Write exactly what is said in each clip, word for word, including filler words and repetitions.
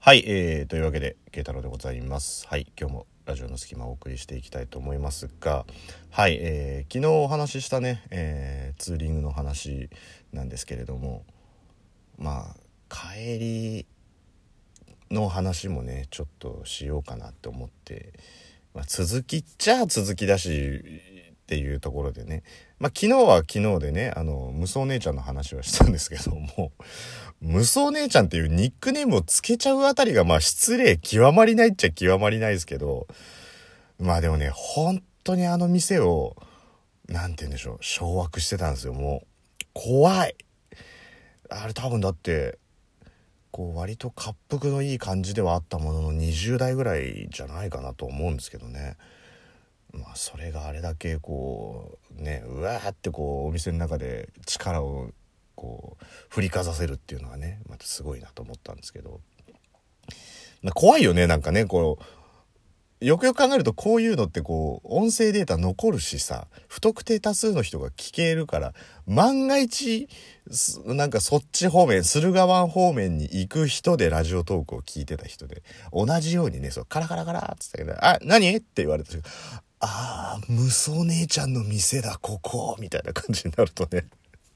はい、えー、というわけで慶太郎でございます。はい、今日もラジオの隙間をお送りしていきたいと思いますが、はい、えー、昨日お話ししたね、えー、ツーリングの話なんですけれども、まあ帰りの話もねちょっとしようかなって思って、まあ、続きっちゃ続きだしっていうところでね、まあ昨日は昨日でね、あの無双姉ちゃんの話はしたんですけども、無双姉ちゃんっていうニックネームをつけちゃうあたりがまあ失礼極まりないっちゃ極まりないですけど、まあでもね本当にあの店をなんて言うんでしょう、掌握してたんですよ。もう怖い。あれ多分だってこう割と恰幅のいい感じではあったもののにじゅう代ぐらいじゃないかなと思うんですけどね。まあそれがあれだけこうねうわーってこうお店の中で力をこう振りかざせるっていうのはねまたすごいなと思ったんですけど、怖いよね。なんかねこうよくよく考えるとこういうのってこう音声データ残るしさ、不特定多数の人が聞けるから、万が一なんかそっち方面駿河湾方面に行く人でラジオトークを聞いてた人で同じようにね、そうカラカラカラっつったけど、あ何って言われた瞬間、あー無双姉ちゃんの店だここみたいな感じになるとね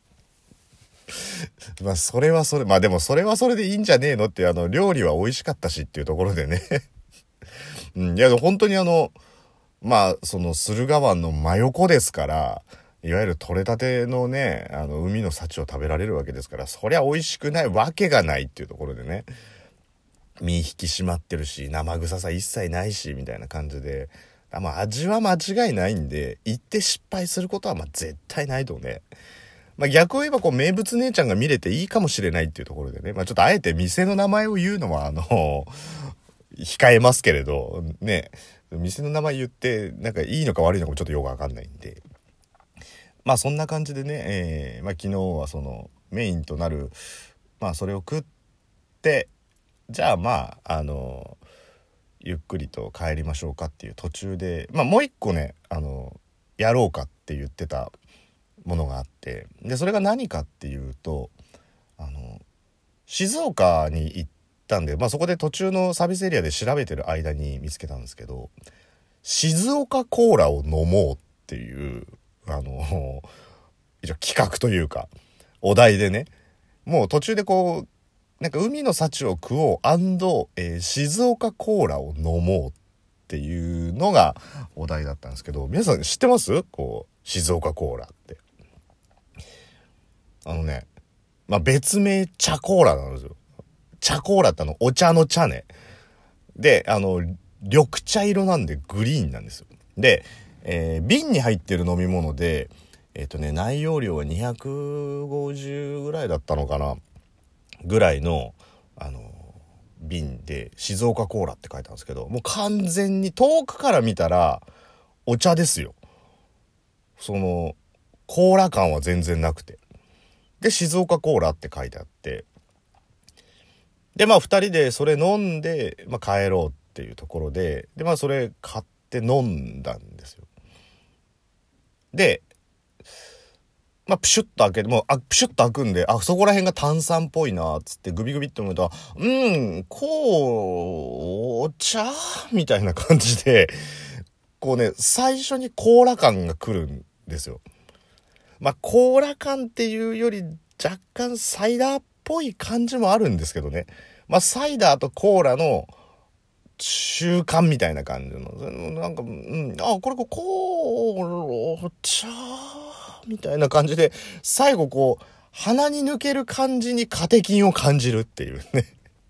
まあそれはそれまあでもそれはそれでいいんじゃねえのって、あの料理は美味しかったしっていうところでねうん、いや本当にあのまあその駿河湾の真横ですから、いわゆる取れたてのねあの海の幸を食べられるわけですから、そりゃ美味しくないわけがないっていうところでね、身引き締まってるし生臭さ一切ないしみたいな感じで、まあ味は間違いないんで行って失敗することはまあ絶対ないとね。まあ逆を言えばこう名物姉ちゃんが見れていいかもしれないっていうところでね、まあちょっとあえて店の名前を言うのはあの控えますけれどね、店の名前言ってなんかいいのか悪いのかもちょっとよくわかんないんで、まあそんな感じでね、えー、まあ昨日はそのメインとなるまあそれを食って、じゃあまああのゆっくりと帰りましょうかっていう途中で、まあもう一個ねあのやろうかって言ってたものがあって、でそれが何かっていうと、あの静岡に行ったんで、まあそこで途中のサービスエリアで調べてる間に見つけたんですけど、静岡コーラを飲もうっていうあの一応企画というかお題でね、もう途中でこうなんか海の幸を食おう、えー、静岡コーラを飲もうっていうのがお題だったんですけど、皆さん知ってます？こう静岡コーラってあのね、まあ別名茶コーラなんですよ。茶コーラってあのお茶の茶ね。であの緑茶色なんでグリーンなんですよ。で、えー、瓶に入ってる飲み物でえっとね内容量はにひゃくごじゅうぐらいだったのかなぐらいのあの瓶で静岡コーラって書いてあるんですけど、もう完全に遠くから見たらお茶ですよ。そのコーラ感は全然なくて、で静岡コーラって書いてあって、でまあふたりでそれ飲んで、まあ、帰ろうっていうところで、でまあそれ買って飲んだんですよ。でまあ、プシュッと開けて、もう、あ、プシュッと開くんで、あ、そこら辺が炭酸っぽいな、つってグビグビって思うと、うん、こう、お茶みたいな感じで、こうね、最初にコーラ感が来るんですよ。まあ、コーラ感っていうより、若干サイダーっぽい感じもあるんですけどね。まあ、サイダーとコーラの中間みたいな感じの、なんか、うん、あ、これこう、コーラ、お茶みたいな感じで、最後こう鼻に抜ける感じにカテキンを感じるっていうね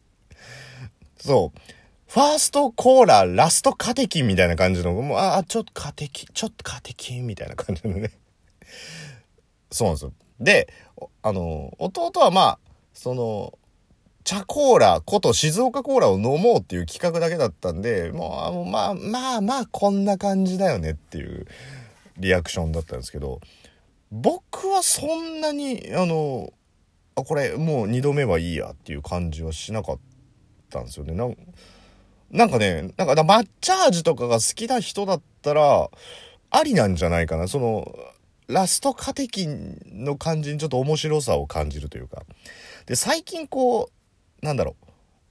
そうファーストコーララストカテキンみたいな感じの、もうあちょっとカテキンちょっとカテキンみたいな感じのねそうなんですよ。であの弟はまあその茶コーラこと静岡コーラを飲もうっていう企画だけだったんで、もうまあまあまあこんな感じだよねっていうリアクションだったんですけど、僕はそんなにあのあこれもうにどめはいいやっていう感じはしなかったんですよね。なんなんかねなんか抹茶味とかが好きな人だったらありなんじゃないかな。そのラストカテキンの感じにちょっと面白さを感じるというか。で最近こうなんだろう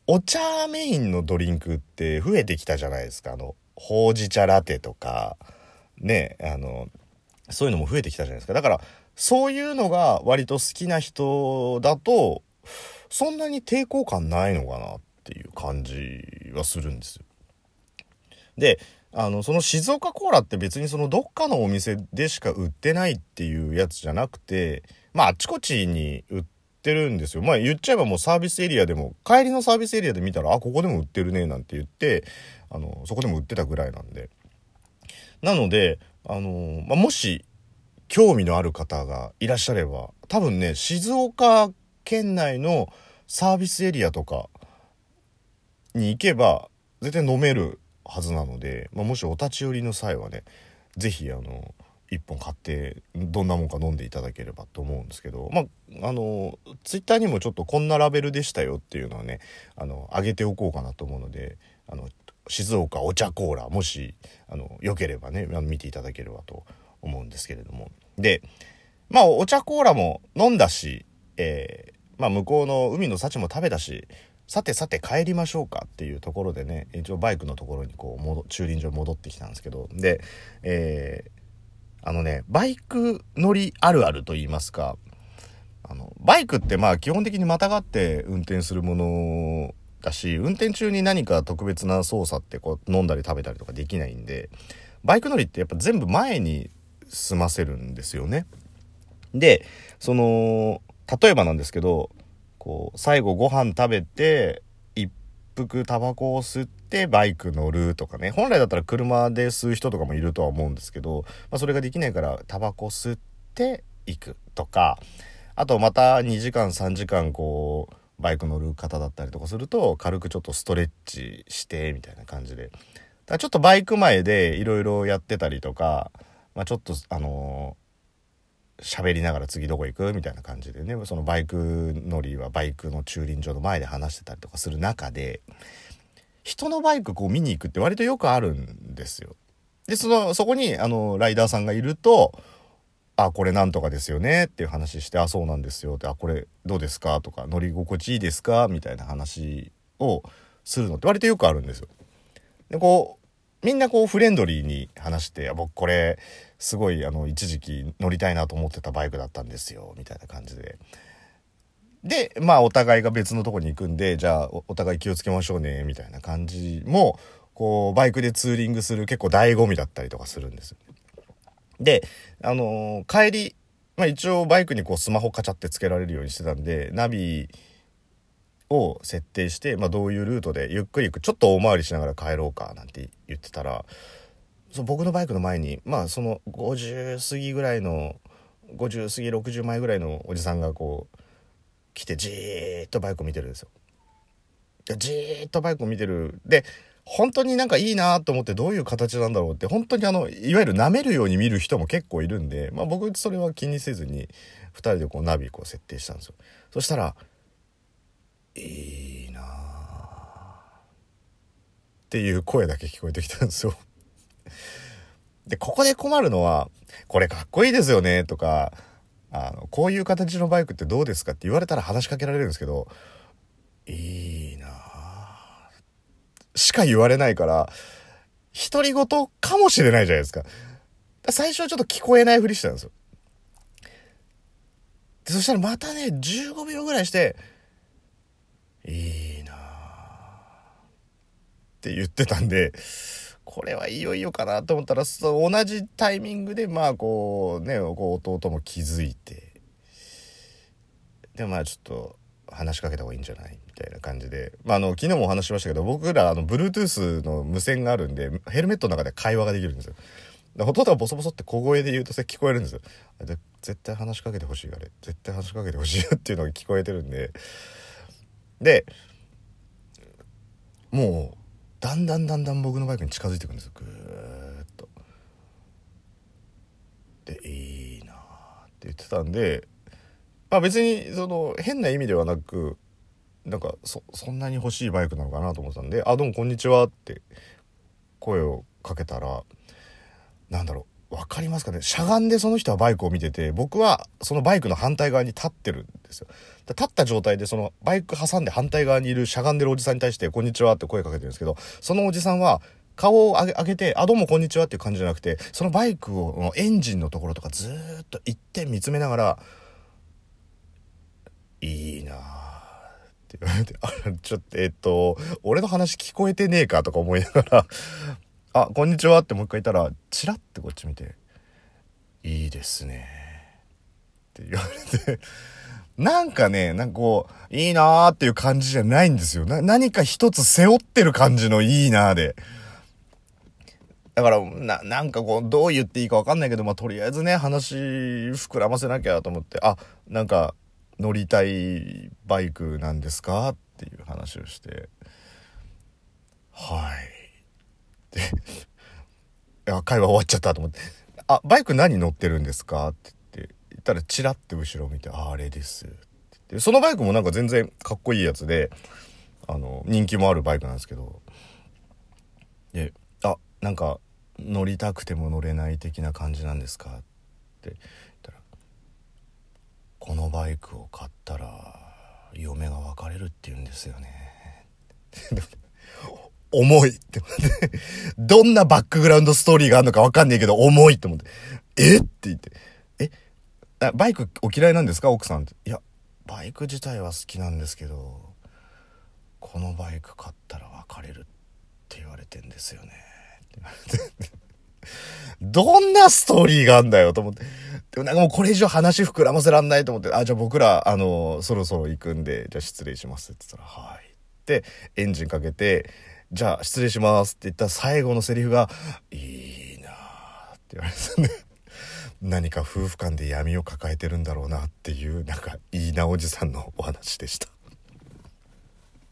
お茶メインのドリンクって増えてきたじゃないですか。あのほうじ茶ラテとかね、あのそういうのも増えてきたじゃないですか。だからそういうのが割と好きな人だとそんなに抵抗感ないのかなっていう感じはするんですよ。で、あのその静岡コーラって別にそのどっかのお店でしか売ってないっていうやつじゃなくて、まああっちこっちに売ってるんですよ。まあ言っちゃえばもうサービスエリアでも、帰りのサービスエリアで見たら、あ、ここでも売ってるねなんて言って、あのそこでも売ってたぐらいなんで、なのであの、まあ、もし興味のある方がいらっしゃれば、多分ね、静岡県内のサービスエリアとかに行けば絶対飲めるはずなので、まあ、もしお立ち寄りの際はね、ぜひあの一本買ってどんなもんか飲んでいただければと思うんですけど、まああのツイッターにもちょっとこんなラベルでしたよっていうのはね、あの上げておこうかなと思うので、あの静岡お茶コーラ、もしあのよければね、あの見ていただければと思うんですけれども、でまあお茶コーラも飲んだし、えーまあ、向こうの海の幸も食べたし、さてさて帰りましょうかっていうところでね、一応バイクのところにこう戻駐輪場戻ってきたんですけど、で、えー、あのねバイク乗りあるあると言いますか、あのバイクってまあ基本的にまたがって運転するものだし、運転中に何か特別な操作ってこう飲んだり食べたりとかできないんで、バイク乗りってやっぱ全部前に済ませるんですよね。でその例えばなんですけど、こう最後ご飯食べて一服タバコを吸ってバイク乗るとかね、本来だったら車で吸う人とかもいるとは思うんですけど、まあ、それができないからタバコ吸って行くとか、あとまたにじかんさんじかんこうバイク乗る方だったりとかすると、軽くちょっとストレッチしてみたいな感じで、だからちょっとバイク前でいろいろやってたりとか、まあ、ちょっとあのー喋りながら次どこ行くみたいな感じでね、そのバイク乗りはバイクの駐輪場の前で話してたりとかする中で、人のバイクこう見に行くって割とよくあるんですよ。でそのそこにあのライダーさんがいると、あ、これなんとかですよねっていう話して、あ、そうなんですよって、あ、これどうですかとか、乗り心地いいですかみたいな話をするのって割とよくあるんですよ。でこうみんなこうフレンドリーに話して、僕これすごいあの一時期乗りたいなと思ってたバイクだったんですよみたいな感じで、でまあお互いが別のとこに行くんで、じゃあ お, お互い気をつけましょうねみたいな感じも、こうバイクでツーリングする結構醍醐味だったりとかするんですよ。であのー、帰り、まあ、一応バイクにこうスマホカチャってつけられるようにしてたんで、ナビを設定して、まあ、どういうルートでゆっくり行く、ちょっと大回りしながら帰ろうかなんて言ってたら、その僕のバイクの前にまあそのごじゅう過ぎぐらいのごじゅう過ぎろくじゅう前ぐらいのおじさんがこう来て、じーっとバイクを見てるんですよ。でじーっとバイクを見てる。で本当になんかいいなと思って、どういう形なんだろうって、本当にあのいわゆる舐めるように見る人も結構いるんで、まあ僕それは気にせずにふたりでこうナビこう設定したんですよ。そしたら、いいなっていう声だけ聞こえてきたんですよ。でここで困るのは、これかっこいいですよねとか、あのこういう形のバイクってどうですかって言われたら話しかけられるんですけど、いいなしか言われないから、独り言かもしれないじゃないですか。最初はちょっと聞こえないふりしてたんですよ。でそしたらまたねじゅうごびょうぐらいして、いいなって言ってたんで、これはいよいよかなと思ったら、そう同じタイミングでまあこうね、こう弟も気づいて、でまあちょっと話しかけた方がいいんじゃないみたいな感じで、まあ、あの昨日もお話ししましたけど、僕らあの Bluetooth の無線があるんで、ヘルメットの中で会話ができるんですよ。弟はボソボソって小声で言うとそれ聞こえるんですよ。で絶対話しかけてほしい、あれ絶対話しかけてほしいよっていうのが聞こえてるんで、でもうだんだんだんだん僕のバイクに近づいていくんですよ、ぐーっと。でいいなって言ってたんで、まあ別にその変な意味ではなく、なんか そ, そんなに欲しいバイクなのかなと思ってたんで、あどうもこんにちはって声をかけたら、なんだろわかりますかね。しゃがんでその人はバイクを見てて、僕はそのバイクの反対側に立ってるんですよ。立った状態でそのバイク挟んで反対側にいるしゃがんでるおじさんに対してこんにちはって声かけてるんですけど、そのおじさんは顔を上げ、上げて、あ、どうもこんにちはっていう感じじゃなくて、そのバイクを、エンジンのところとかずーっと一点見つめながら、いいなぁって言われて、あ、ちょっと、えっと、俺の話聞こえてねえかとか思いながら、あ、こんにちはってもう一回言ったら、チラってこっち見て、いいですねって言われて、なんかね、なんかこう、いいなーっていう感じじゃないんですよ。な、何か一つ背負ってる感じのいいなーで。だから、な、なんかこう、どう言っていいかわかんないけど、まあ、とりあえずね、話膨らませなきゃと思って、あ、なんか、乗りたいバイクなんですかっていう話をして、はい。で、いや、会話終わっちゃったと思って、あ、バイク何乗ってるんですかって言って、言ったらチラって後ろを見て、あ、あれですって言って。そのバイクもなんか全然かっこいいやつで、あの、人気もあるバイクなんですけど、で、あ、なんか、乗りたくても乗れない的な感じなんですかって言ったら、このバイクを買ったら嫁が別れるって言うんですよね重いって思ってどんなバックグラウンドストーリーがあるのか分かんないけど重いって思って、えって言って、えあバイクお嫌いなんですか奥さんって。いやバイク自体は好きなんですけど、このバイク買ったら別れるって言われてんですよねって言われてどんなストーリーがあんだよと思って。でもなんかもうこれ以上話膨らませらんないと思って、あ、じゃあ僕ら、あの、そろそろ行くんで、じゃあ失礼しますって言ったら、はい。で、エンジンかけて、じゃあ失礼しますって言ったら最後のセリフが、いいなーって言われてね。何か夫婦間で闇を抱えてるんだろうなっていう、なんかいいなおじさんのお話でした。